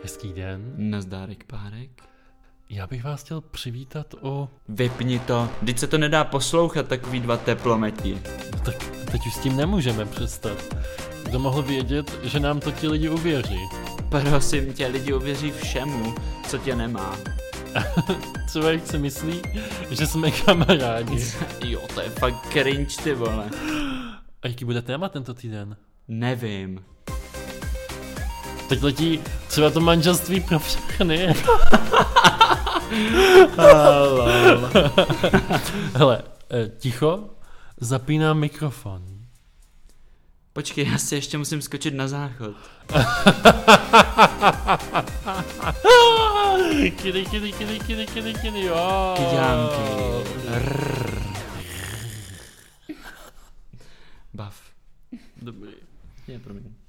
Hezký den. Nazdárek, párek. Já bych vás chtěl přivítat o... Vypni to, vždyť se to nedá poslouchat, takový dva teplometi. No tak teď už s tím nemůžeme přestat. Kdo mohl vědět, že nám to ti lidi uvěří? Prosím tě, lidi uvěří všemu, co tě nemá. Třeba jak si myslí, že jsme kamarádi. Jo, to je fakt cringe, ty vole. A jaký bude téma tento týden? Nevím. Teď letí třeba to manželství pro všechny. Hele, ticho, zapínám mikrofon. Počkej, já si ještě musím skočit na záchod. Kdy, jo. Kyďánky. Bav. Dobrý. Je, promiň.